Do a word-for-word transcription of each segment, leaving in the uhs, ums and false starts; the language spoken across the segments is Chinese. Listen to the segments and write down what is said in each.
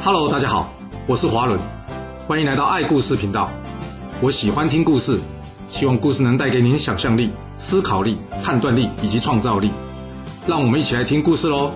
Hello， 大家好，我是华伦，欢迎来到爱故事频道。我喜欢听故事，希望故事能带给您想象力、思考力、判断力以及创造力。让我们一起来听故事喽。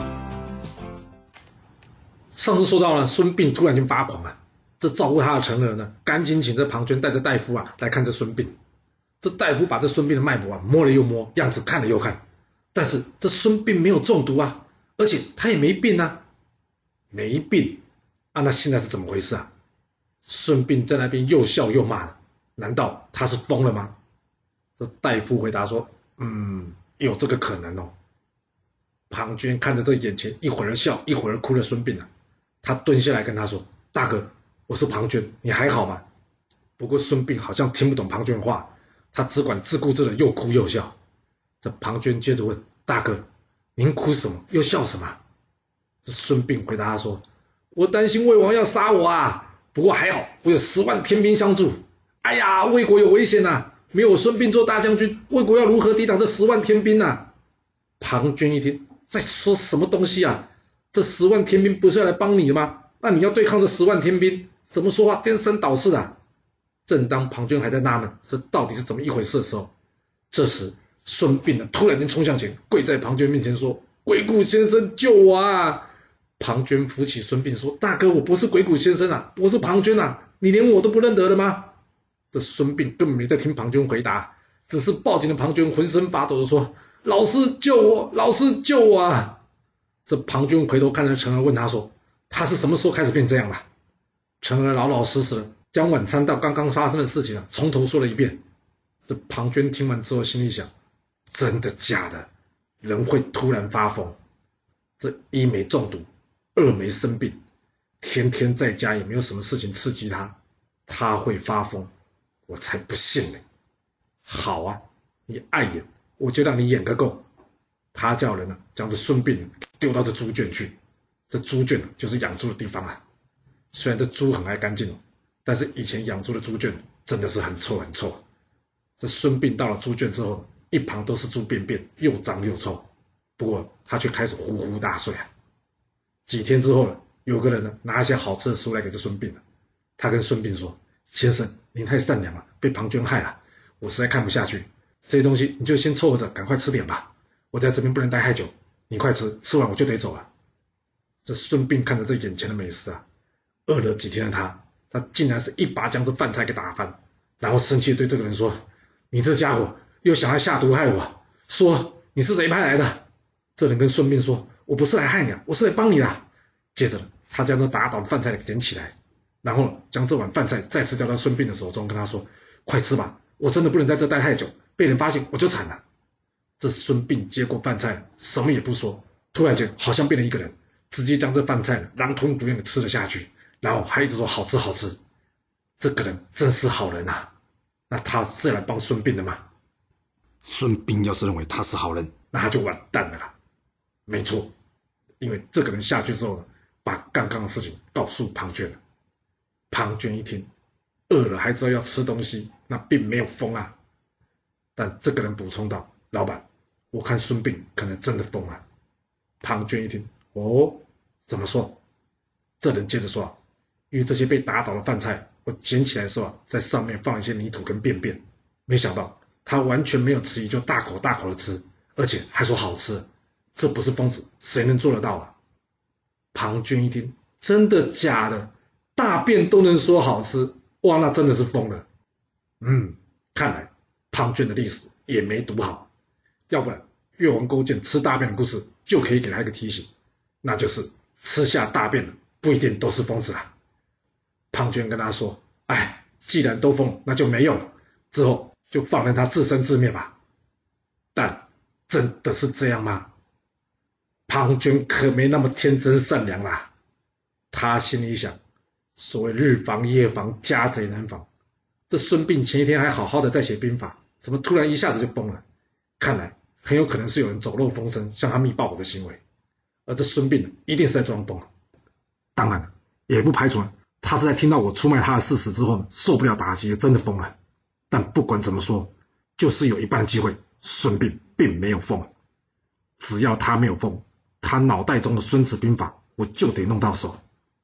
上次说到了，孙膑突然间发狂了，这照顾他的陈儿呢，赶紧请这庞涓带着大夫啊来看这孙膑。这大夫把这孙膑的脉搏啊摸了又摸，样子看了又看，但是这孙膑没有中毒啊，而且他也没病啊。没病啊，那现在是怎么回事啊？孙膑在那边又笑又骂的，难道他是疯了吗？这大夫回答说，嗯，有这个可能哦。庞涓看着这眼前一会儿笑一会儿哭的孙膑啊，他蹲下来跟他说，大哥，我是庞涓，你还好吗？不过孙膑好像听不懂庞涓的话，他只管自顾自的又哭又笑。这庞涓接着问，大哥，您哭什么又笑什么？这孙膑回答他说，我担心魏王要杀我啊，不过还好我有十万天兵相助。哎呀，魏国有危险啊，没有我孙膑做大将军，魏国要如何抵挡这十万天兵啊？庞涓一听，在说什么东西啊？这十万天兵不是要来帮你的吗？那你要对抗这十万天兵，怎么说话颠三倒四的啊？正当庞涓还在纳闷这到底是怎么一回事的时候，这时孙膑呢突然间冲向前，跪在庞涓面前说，鬼谷先生救我啊！庞涓扶起孙膑说，大哥，我不是鬼谷先生啊，我是庞涓啊，你连我都不认得了吗？这孙膑根本没在听庞涓回答，只是抱紧了庞涓，浑身发抖的说，老师救我，老师救我啊！这庞涓回头看着陈儿，问他说，他是什么时候开始变这样了？陈儿老老实实的将晚餐到刚刚发生的事情啊从头说了一遍。这庞涓听完之后心里想，真的假的？人会突然发疯？这一没中毒，二没生病，天天在家也没有什么事情刺激他，他会发疯？我才不信呢！好啊，你爱演我就让你演个够。他叫人呢将这孙膑丢到这猪圈去，这猪圈就是养猪的地方啊。虽然这猪很爱干净哦，但是以前养猪的猪圈真的是很臭很臭。这孙膑到了猪圈之后，一旁都是猪便便，又脏又臭。不过他却开始呼呼大睡啊。几天之后呢，有个人呢拿一些好吃的食物来给这孙膑了。他跟孙膑说，先生，您太善良了，被庞涓害了，我实在看不下去，这些东西你就先凑合着赶快吃点吧，我在这边不能待太久，你快吃，吃完我就得走了。这孙膑看着这眼前的美食啊，饿了几天的他，他竟然是一把将这饭菜给打翻，然后生气地对这个人说，你这家伙又想要下毒害我，说你是谁派来的？这人跟孙膑说，我不是来害你啊，我是来帮你的。接着他将这打倒的饭菜捡起来，然后将这碗饭菜再次交到孙膑的手中，跟他说，快吃吧，我真的不能在这待太久，被人发现我就惨了。这孙膑接过饭菜，什么也不说，突然间好像变了一个人，直接将这饭菜狼吞虎咽的吃了下去，然后还一直说好吃好吃。这个人真是好人啊，那他是来帮孙膑的吗？孙膑要是认为他是好人，那他就完蛋了啦。没错，因为这个人下去之后呢，把刚刚的事情告诉庞涓了。庞涓一听，饿了还知道要吃东西，那并没有疯啊。但这个人补充道，老板，我看孙膑可能真的疯了。庞涓一听，哦，怎么说？这人接着说，因为这些被打倒的饭菜，我捡起来的时候啊，在上面放一些泥土跟便便，没想到他完全没有迟疑，就大口大口的吃，而且还说好吃。这不是疯子，谁能做得到啊？庞涓一听，真的假的？大便都能说好吃，哇，那真的是疯了。嗯，看来庞涓的历史也没读好，要不然越王勾践吃大便的故事就可以给他一个提醒，那就是吃下大便的不一定都是疯子啊。庞涓跟他说，哎，既然都疯，那就没用了，之后就放任他自生自灭吧。但真的是这样吗？庞涓可没那么天真善良啦。他心里想，所谓日防夜防，家贼难防，这孙膑前一天还好好的在写兵法，怎么突然一下子就疯了？看来很有可能是有人走漏风声，向他密报我的行为，而这孙膑一定是在装疯。当然也不排除他是在听到我出卖他的事实之后受不了打击，真的疯了。但不管怎么说，就是有一半机会孙膑并没有疯。只要他没有疯，他脑袋中的孙子兵法我就得弄到手。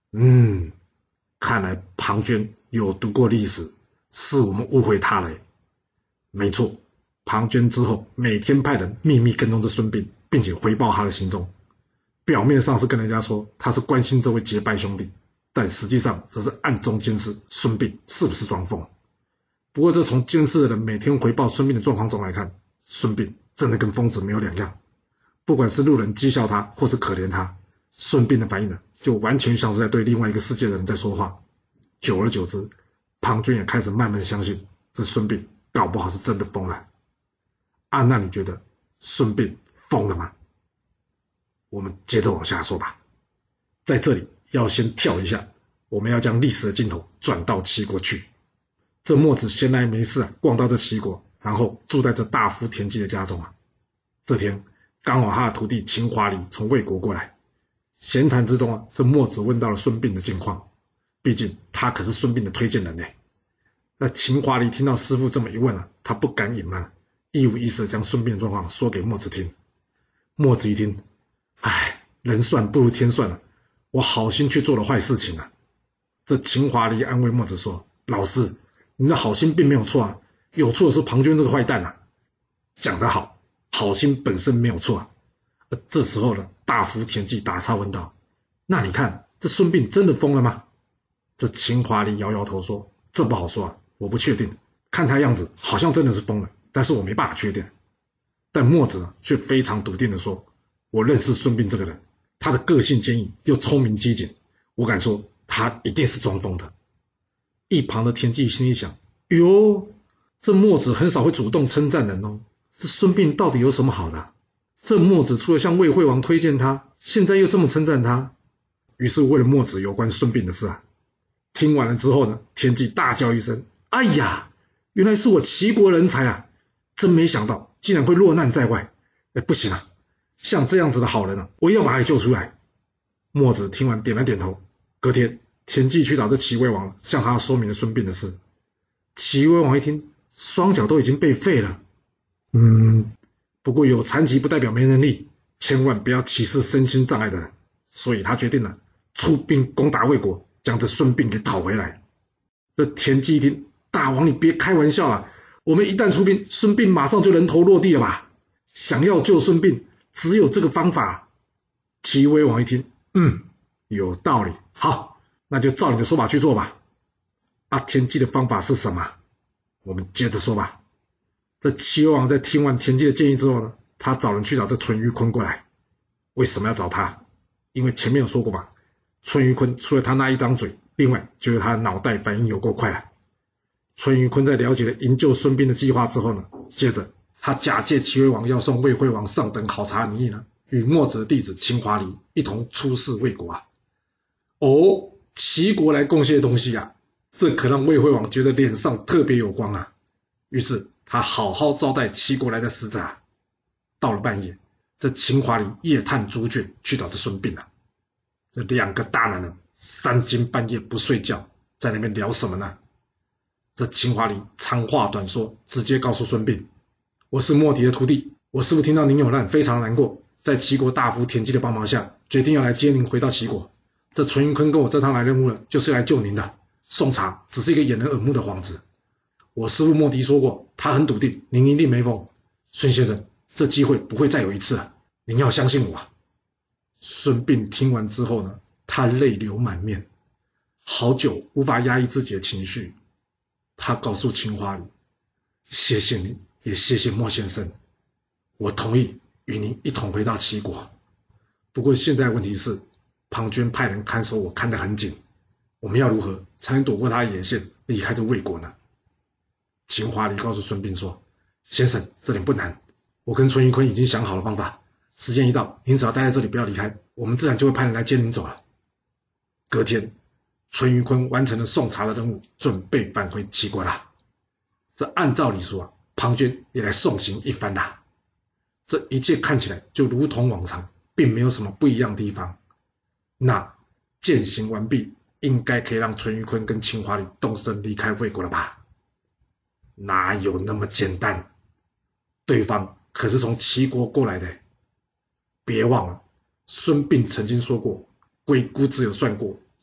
嗯，看来庞涓有读过历史，是我们误会他了。没错，庞涓之后每天派人秘密跟踪着孙膑，并且回报他的行踪。表面上是跟人家说他是关心这位结拜兄弟，但实际上则是暗中监视孙膑是不是装疯。不过这从监视的人每天回报孙膑的状况中来看，孙膑真的跟疯子没有两样。不管是路人讥笑他或是可怜他，孙膑的反应呢，就完全像是在对另外一个世界的人在说话。久而久之，庞涓也开始慢慢相信这孙膑搞不好是真的疯了。啊，那你觉得孙膑疯了吗？我们接着往下说吧。在这里要先跳一下，我们要将历史的镜头转到齐国去。这墨子闲来没事啊，逛到这齐国，然后住在这大夫田忌的家中啊。这天刚好他的徒弟秦华黎从魏国过来，闲谈之中啊，这墨子问到了孙膑的近况，毕竟他可是孙膑的推荐人呢。那秦华黎听到师父这么一问啊，他不敢隐瞒，一五一十的将孙膑的状况说给墨子听。墨子一听，唉，人算不如天算了，我好心去做了坏事情啊。这秦华黎安慰墨子说，老师，你的好心并没有错啊，有错的是庞涓这个坏蛋啊。讲得好，好心本身没有错啊。而这时候呢，大夫田忌打岔问道，那你看这孙膑真的疯了吗？这秦华黎摇摇头说，这不好说啊，我不确定，看他样子好像真的是疯了，但是我没办法确定。但墨子呢，却非常笃定的说，我认识孙膑这个人，他的个性坚毅又聪明机警，我敢说他一定是装疯的。一旁的田忌心里想，哟，这墨子很少会主动称赞人哦，这孙膑到底有什么好的？这墨子除了向魏惠王推荐他，现在又这么称赞他。于是问了墨子有关孙膑的事啊。听完了之后呢，田忌大叫一声，哎呀，原来是我齐国人才啊，真没想到竟然会落难在外。哎，不行啊，像这样子的好人啊，我一定要把他给救出来。墨子听完点了点头。隔天田忌去找这齐威王，向他说明了孙膑的事。齐威王一听，双脚都已经被废了。嗯，不过有残疾不代表没能力，千万不要歧视身心障碍的人，所以他决定了出兵攻打魏国，将这孙膑给讨回来。这田忌一听，大王你别开玩笑了，我们一旦出兵，孙膑马上就人头落地了吧？想要救孙膑，只有这个方法。齐威王一听，嗯，有道理，好，那就照你的说法去做吧。啊，田忌的方法是什么？我们接着说吧。这齐威王在听完田忌的建议之后呢，他找人去找这淳于髡过来。为什么要找他？因为前面有说过吧，淳于髡除了他那一张嘴，另外就是他的脑袋反应有够快了。淳于髡在了解了营救孙膑的计划之后呢，接着他假借齐威王要送魏惠王上等考察的名义呢，与墨子的弟子秦华黎一同出使魏国啊。哦，齐国来贡献的东西啊，这可让魏惠王觉得脸上特别有光啊。于是他好好招待齐国来的使者啊。到了半夜，这秦华黎夜探猪圈去找这孙膑啊。这两个大男人三更半夜不睡觉，在那边聊什么呢？这秦华黎长话短说，直接告诉孙膑，我是墨翟的徒弟，我师父听到您有难，非常难过，在齐国大夫田忌的帮忙下，决定要来接您回到齐国。这淳于髡跟我这趟来任务了，就是来救您的。宋茶只是一个掩人耳目的幌子。我师父墨翟说过，他很笃定您一定没疯。孙先生，这机会不会再有一次了，您要相信我啊。孙膑听完之后呢，他泪流满面，好久无法压抑自己的情绪。他告诉秦华黎，谢谢你，也谢谢莫先生，我同意与您一同回到齐国。不过现在问题是，庞涓派人看守我，看得很紧，我们要如何才能躲过他的眼线，离开这魏国呢？秦华黎告诉孙膑说，先生，这点不难，我跟淳于髡已经想好了方法，时间一到，您只要待在这里不要离开，我们自然就会派人来接您走了。隔天，淳于髡完成了送茶的任务，准备返回齐国啦。这按照理说啊，庞涓也来送行一番啦。这一切看起来就如同往常，并没有什么不一样的地方。那践行完毕，应该可以让淳于髡跟秦华黎动身离开魏国了吧？哪有那么简单？对方可是从齐国过来的。别忘了，孙膑曾经说过，鬼谷子有算过，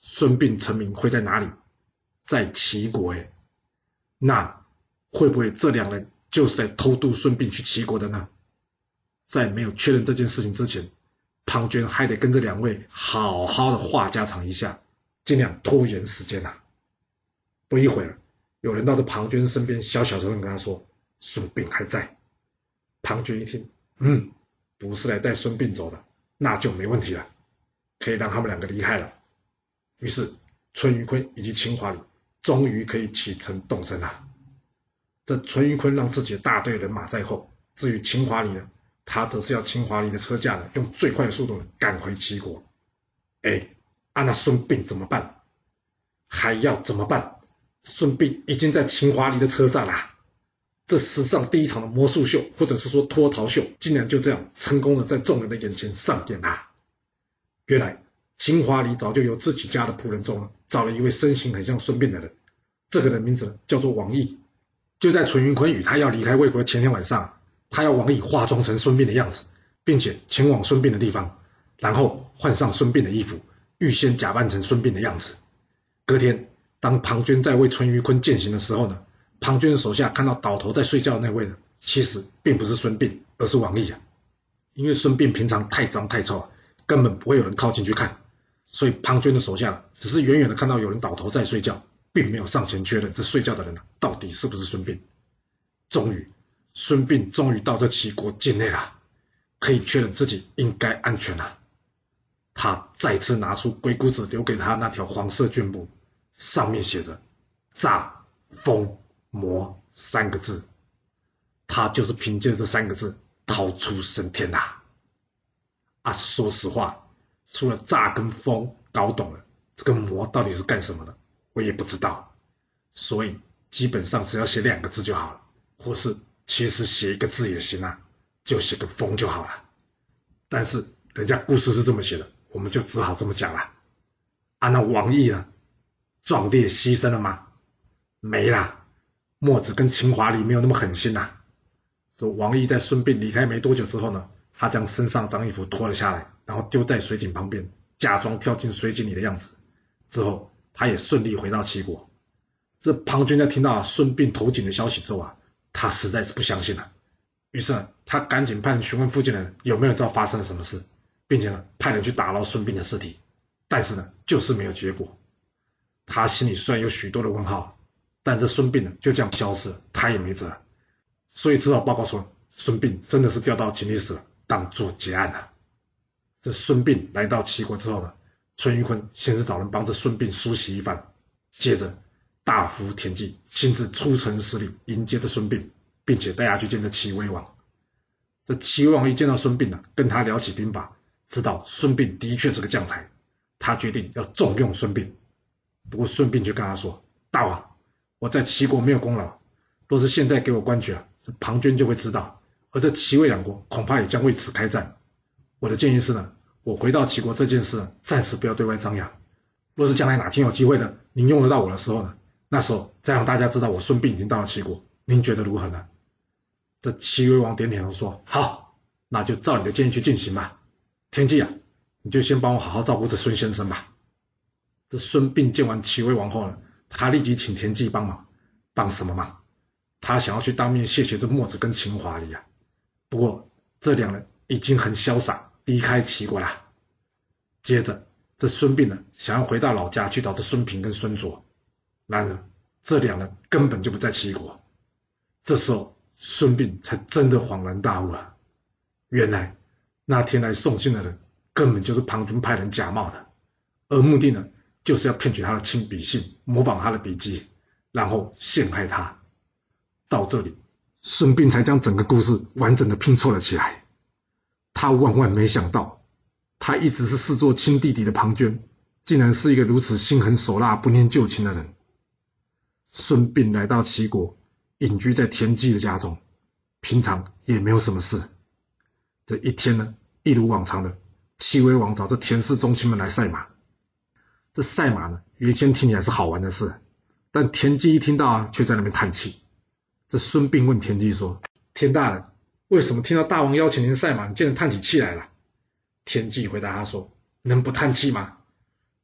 孙膑成名会在哪里？在齐国诶。那会不会这两人就是在偷渡孙膑去齐国的呢？在没有确认这件事情之前，庞涓还得跟这两位好好的话家常一下，尽量拖延时间啊。不一会儿，有人到这庞涓身边，小小声跟他说：“孙膑还在。”庞涓一听，嗯，不是来带孙膑走的，那就没问题了，可以让他们两个离开了。于是淳于髡以及秦华里终于可以启程动身了。这淳于髡让自己的大队人马在后，至于秦华里呢，他则是要秦华里的车驾呢，用最快的速度呢赶回齐国。哎，啊那孙膑怎么办？还要怎么办？孙膑已经在秦华里的车上啦。这史上第一场的魔术秀，或者是说脱逃秀，竟然就这样成功的在众人的眼前上演啦。原来秦华里早就由自己家的仆人中呢，找了一位身形很像孙膑的人，这个人名字呢叫做王毅。就在淳于髡与他要离开魏国前天晚上，他要王毅化妆成孙膑的样子，并且前往孙膑的地方，然后换上孙膑的衣服，预先假扮成孙膑的样子。隔天，当庞涓在为淳于髡践行的时候呢，庞涓手下看到倒头在睡觉的那位呢，其实并不是孙膑，而是王毅啊。因为孙膑平常太脏太臭，根本不会有人靠近去看，所以庞涓的手下只是远远的看到有人倒头在睡觉，并没有上前确认这睡觉的人到底是不是孙膑。终于，孙膑终于到这齐国境内了，可以确认自己应该安全了。他再次拿出鬼谷子留给他那条黄色绢布，上面写着诈疯魔三个字，他就是凭借这三个字逃出升天啦。啊，说实话，除了诈跟疯搞懂了，这个魔到底是干什么的，我也不知道。所以基本上只要写两个字就好了，或是其实写一个字也行啊，就写个疯就好了。但是人家故事是这么写的，我们就只好这么讲了。啊，那王毅呢？壮烈牺牲了吗？没啦，墨子跟秦华里没有那么狠心啦。这王毅在孙膑离开没多久之后呢，他将身上脏衣服脱了下来，然后丢在水井旁边，假装跳进水井里的样子。之后他也顺利回到齐国。这庞涓在听到孙膑投井的消息之后啊，他实在是不相信了。于是呢，他赶紧派人询问附近的人有没有人知道发生了什么事，并且呢，派人去打捞孙膑的尸体。但是呢，就是没有结果。他心里虽然有许多的问号，但这孙膑呢就这样消失了，他也没辙，所以只好报告说孙膑真的是掉到井里死了，当作结案了。这孙膑来到齐国之后呢，淳于髡先是找人帮着孙膑梳洗一番，接着大夫田忌亲自出城十里迎接着孙膑，并且带他去见这齐威王。这齐威王一见到孙膑呢，跟他聊起兵法，知道孙膑的确是个将才，他决定要重用孙膑。不过孙膑就跟他说：“大王，我在齐国没有功劳，若是现在给我官爵了，这庞涓就会知道，而这齐魏两国恐怕也将为此开战。我的建议是呢，我回到齐国这件事呢，暂时不要对外张扬。若是将来哪天有机会的，您用得到我的时候呢，那时候再让大家知道我孙膑已经到了齐国，您觉得如何呢？”这齐威王点点头说：“好，那就照你的建议去进行吧。田忌啊，你就先帮我好好照顾这孙先生吧。”这孙膑见完齐威王后呢，他立即请田忌帮忙。帮什么忙？他想要去当面谢谢这墨子跟秦华里啊。不过这两人已经很潇洒离开齐国了。接着这孙膑呢，想要回到老家去找这孙平跟孙卓，然而这两人根本就不在齐国。这时候孙膑才真的恍然大悟了，原来那天来送信的人根本就是庞涓派人假冒的，而目的呢，就是要骗取他的亲笔信，模仿他的笔迹，然后陷害他。到这里，孙膑才将整个故事完整的拼凑了起来。他万万没想到，他一直是视作亲弟弟的庞涓，竟然是一个如此心狠手辣、不念旧情的人。孙膑来到齐国，隐居在田忌的家中，平常也没有什么事。这一天呢，一如往常的，齐威王找这田氏宗亲们来赛马。这赛马呢，原先听起来是好玩的事，但田忌一听到啊，却在那边叹气。这孙膑问田忌说：“田大人，为什么听到大王邀请您赛马，你竟然叹起气来了？”田忌回答他说：“能不叹气吗？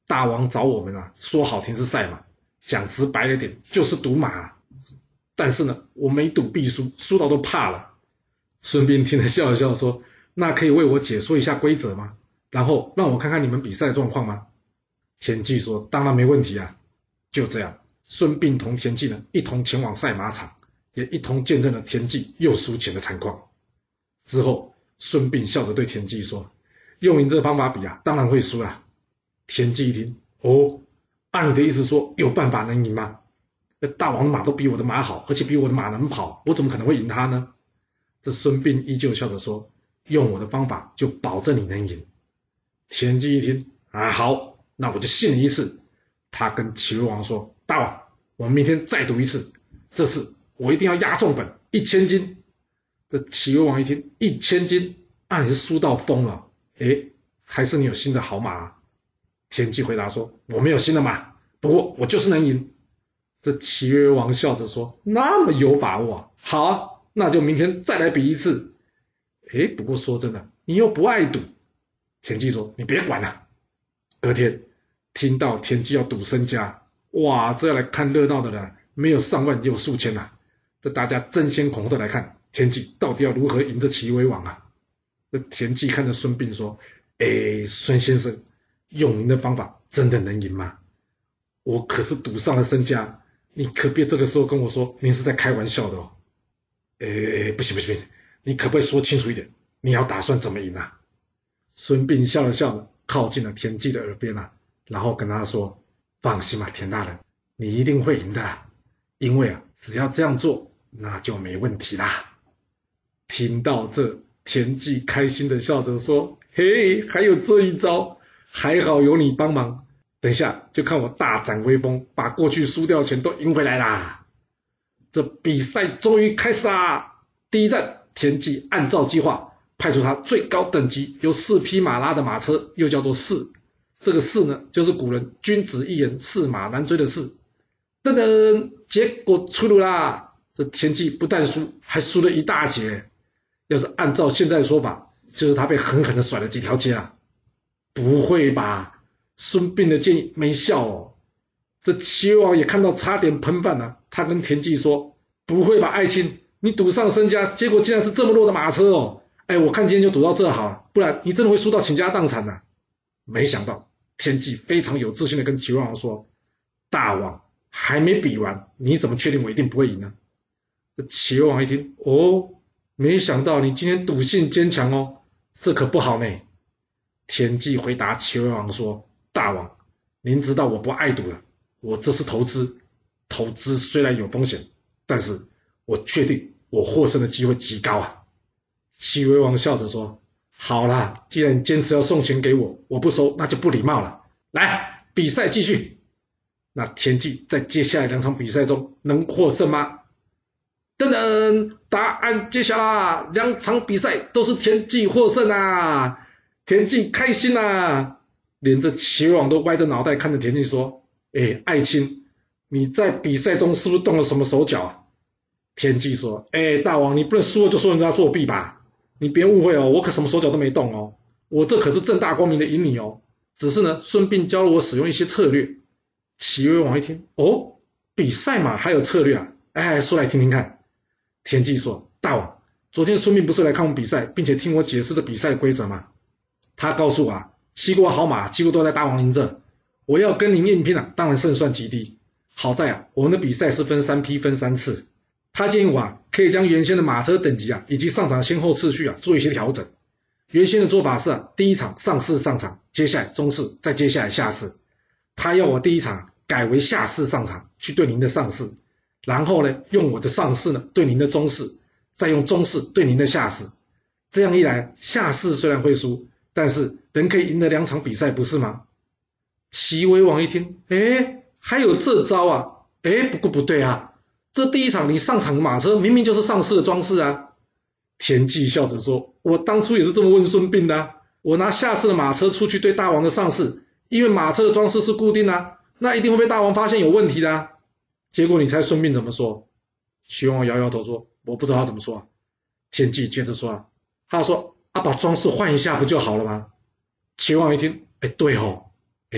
大王找我们啊，说好听是赛马，讲直白了点就是赌马啊。但是呢，我每赌必输，输到都怕了。孙膑听了笑了笑说：“那可以为我解说一下规则吗？然后让我看看你们比赛的状况吗？”田忌说：“当然没问题啊。”就这样，孙膑同田忌呢一同前往赛马场，也一同见证了田忌又输钱的惨况。之后，孙膑笑着对田忌说：“用你这方法比啊，当然会输啊。”田忌一听，哦，按你的意思说，有办法能赢吗？大王的马都比我的马好，而且比我的马能跑，我怎么可能会赢他呢？这孙膑依旧笑着说：“用我的方法，就保证你能赢。”田忌一听，啊，好，那我就信你一次。他跟齐威王说：“大王，我们明天再赌一次，这次我一定要押中本一千金。”这齐威王一听，一千金，那你是输到疯了。诶，还是你有新的好马啊？田忌回答说：“我没有新的马，不过我就是能赢。”这齐威王笑着说：“那么有把握啊？好啊，那就明天再来比一次。”诶，不过说真的，你又不爱赌。田忌说：“你别管了。”隔天听到田忌要赌身家，哇，这要来看热闹的人没有上万也有数千啊！这大家争先恐后的来看田忌到底要如何赢这齐威王啊！这田忌看着孙膑说：“诶，孙先生，用您的方法真的能赢吗？我可是赌上了身家，你可别这个时候跟我说您是在开玩笑的哦。”诶，不行不行不行，你可不可以说清楚一点？你要打算怎么赢啊？孙膑笑了笑，靠近了田忌的耳边啊，然后跟他说：“放心吧，田大人，你一定会赢的，因为啊，只要这样做，那就没问题啦。”听到这，田忌开心的笑着说：“嘿，还有这一招，还好有你帮忙。等一下就看我大展威风，把过去输掉的钱都赢回来啦！”这比赛终于开始啦！第一站，田忌按照计划派出他最高等级由四匹马拉的马车，又叫做驷。这个驷呢，就是古人君子一言，驷马难追的驷。噔噔，结果出炉啦！这田忌不但输，还输了一大截。要是按照现在的说法，就是他被狠狠的甩了几条街啊！不会吧？孙膑的建议没效哦。这齐威王也看到差点喷饭了，他跟田忌说：“不会吧，爱卿，你赌上身家，结果竟然是这么弱的马车哦！哎，我看今天就赌到这好了，不然你真的会输到倾家荡产的、啊。”没想到田忌非常有自信的跟齐威王说：“大王还没比完，你怎么确定我一定不会赢呢？”这齐威王一听，哦，没想到你今天赌性坚强哦，这可不好呢。田忌回答齐威王说：“大王，您知道我不爱赌了，我这是投资，投资虽然有风险，但是我确定我获胜的机会极高啊。”齐威王笑着说：“好啦，既然你坚持要送钱给我，我不收那就不礼貌了。来，比赛继续。”那田忌在接下来两场比赛中能获胜吗？噔噔，答案揭晓啦！两场比赛都是田忌获胜啊！田忌开心啊！连这齐威王都歪着脑袋看着田忌说：“哎，爱卿，你在比赛中是不是动了什么手脚啊？”田忌说：“哎，大王，你不能输了就说人家作弊吧？你别误会哦，我可什么手脚都没动哦，我这可是正大光明的赢你哦。只是呢，孙膑教了我使用一些策略。”齐威王一听，哦，比赛嘛还有策略啊？哎，说来听听看。田忌说：“大王，昨天孙膑不是来看我们比赛，并且听我解释这比赛规则吗？他告诉我啊，七国好马几乎都在大王您这，我要跟您硬拼啊，当然胜算极低。好在啊，我们的比赛是分三批分三次。他建议我啊，可以将原先的马车等级啊，以及上场先后次序啊，做一些调整。原先的做法是啊，第一场上士上场，接下来中士，再接下来下士。他要我第一场改为下士上场，去对您的上士。然后呢，用我的上士呢对您的中士，再用中士对您的下士。这样一来，下士虽然会输，但是人可以赢得两场比赛，不是吗？”齐威王一听，诶，还有这招啊？诶，不过不对啊，这第一场你上场的马车明明就是上士的装饰啊。田忌笑着说：“我当初也是这么问孙膑的啊，我拿下士的马车出去对大王的上士，因为马车的装饰是固定的啊，那一定会被大王发现有问题的啊。结果你猜孙膑怎么说？”齐威王摇摇头说：“我不知道他怎么说啊。”田忌接着说啊，他说：“啊，把装饰换一下不就好了吗？”齐威王一听，哎，对哦，哎，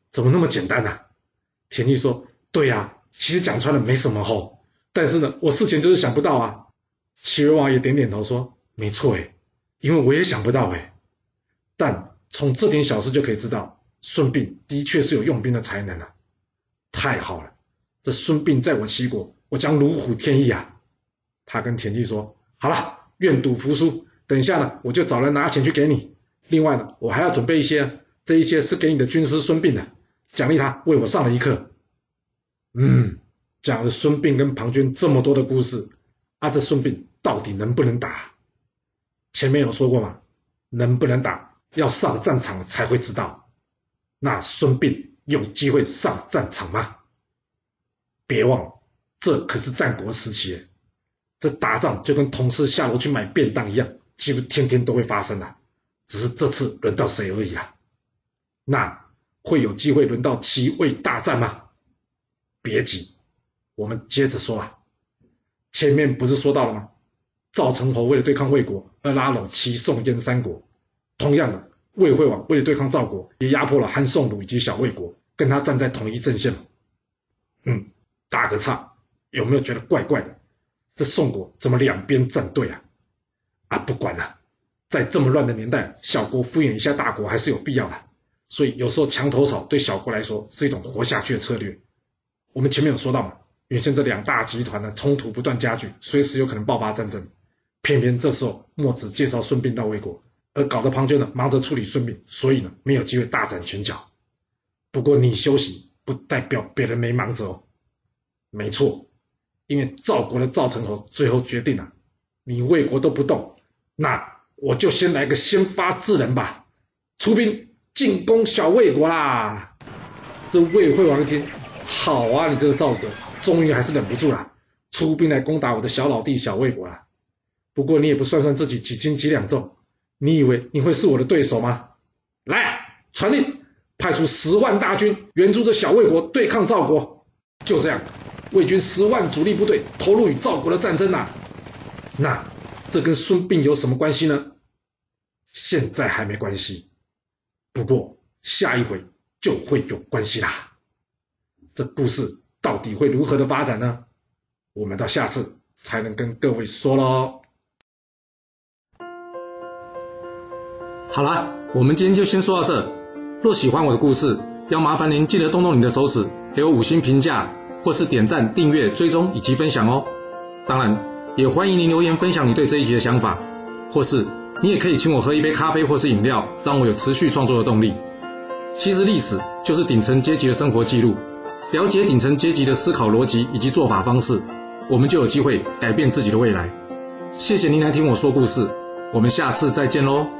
怎么那么简单啊？田忌说，对呀、啊，其实讲穿了没什么吼，但是呢，我事前就是想不到啊。齐威王也点点头说，没错诶，因为我也想不到诶。但从这点小事就可以知道，孙膑的确是有用兵的才能啊。太好了，这孙膑在我齐国，我将如虎添翼啊。他跟田忌说，好了，愿赌服输，等一下呢，我就找人拿钱去给你。另外呢，我还要准备一些，这一些是给你的军师孙膑的，奖励他为我上了一课。嗯，讲了孙膑跟庞涓这么多的故事，啊，这孙膑到底能不能打？前面有说过嘛，能不能打要上战场才会知道。那孙膑有机会上战场吗？别忘了，这可是战国时期耶，这打仗就跟同事下楼去买便当一样，几乎天天都会发生啊，只是这次轮到谁而已啊。那会有机会轮到齐魏大战吗？别急，我们接着说啊。前面不是说到了吗？赵成侯为了对抗魏国而拉拢齐宋燕三国，同样的，魏惠王为了对抗赵国，也压迫了汉宋鲁以及小魏国，跟他站在同一阵线。嗯，打个岔，有没有觉得怪怪的？这宋国怎么两边站队啊？啊，不管了，在这么乱的年代，小国敷衍一下大国还是有必要的。所以有时候墙头草对小国来说是一种活下去的策略。我们前面有说到嘛，原先这两大集团的冲突不断加剧，随时有可能爆发战争。偏偏这时候墨子介绍孙膑到魏国，而搞得庞涓呢忙着处理孙膑，所以呢没有机会大展拳脚。不过你休息不代表别人没忙着哦。没错，因为赵国的赵成侯最后决定了、啊，你魏国都不动，那我就先来个先发制人吧，出兵进攻小魏国啦！这魏惠王一听，好啊，你这个赵国终于还是忍不住了，出兵来攻打我的小老弟小魏国了。不过你也不算算自己几斤几两重，你以为你会是我的对手吗？来，传令，派出十万大军援助这小魏国对抗赵国。就这样，魏军十万主力部队投入与赵国的战争啊。那这跟孙膑有什么关系呢？现在还没关系，不过下一回就会有关系啦。这故事到底会如何的发展呢？我们到下次才能跟各位说咯。 好啦，我们今天就先说到这。若喜欢我的故事，要麻烦您记得动动你的手指，给我五星评价，或是点赞、订阅、追踪以及分享哦。当然，也欢迎您留言分享你对这一集的想法，或是你也可以请我喝一杯咖啡或是饮料，让我有持续创作的动力。其实历史就是顶层阶级的生活记录，了解顶层阶级的思考逻辑以及做法方式，我们就有机会改变自己的未来。谢谢您来听我说故事，我们下次再见咯。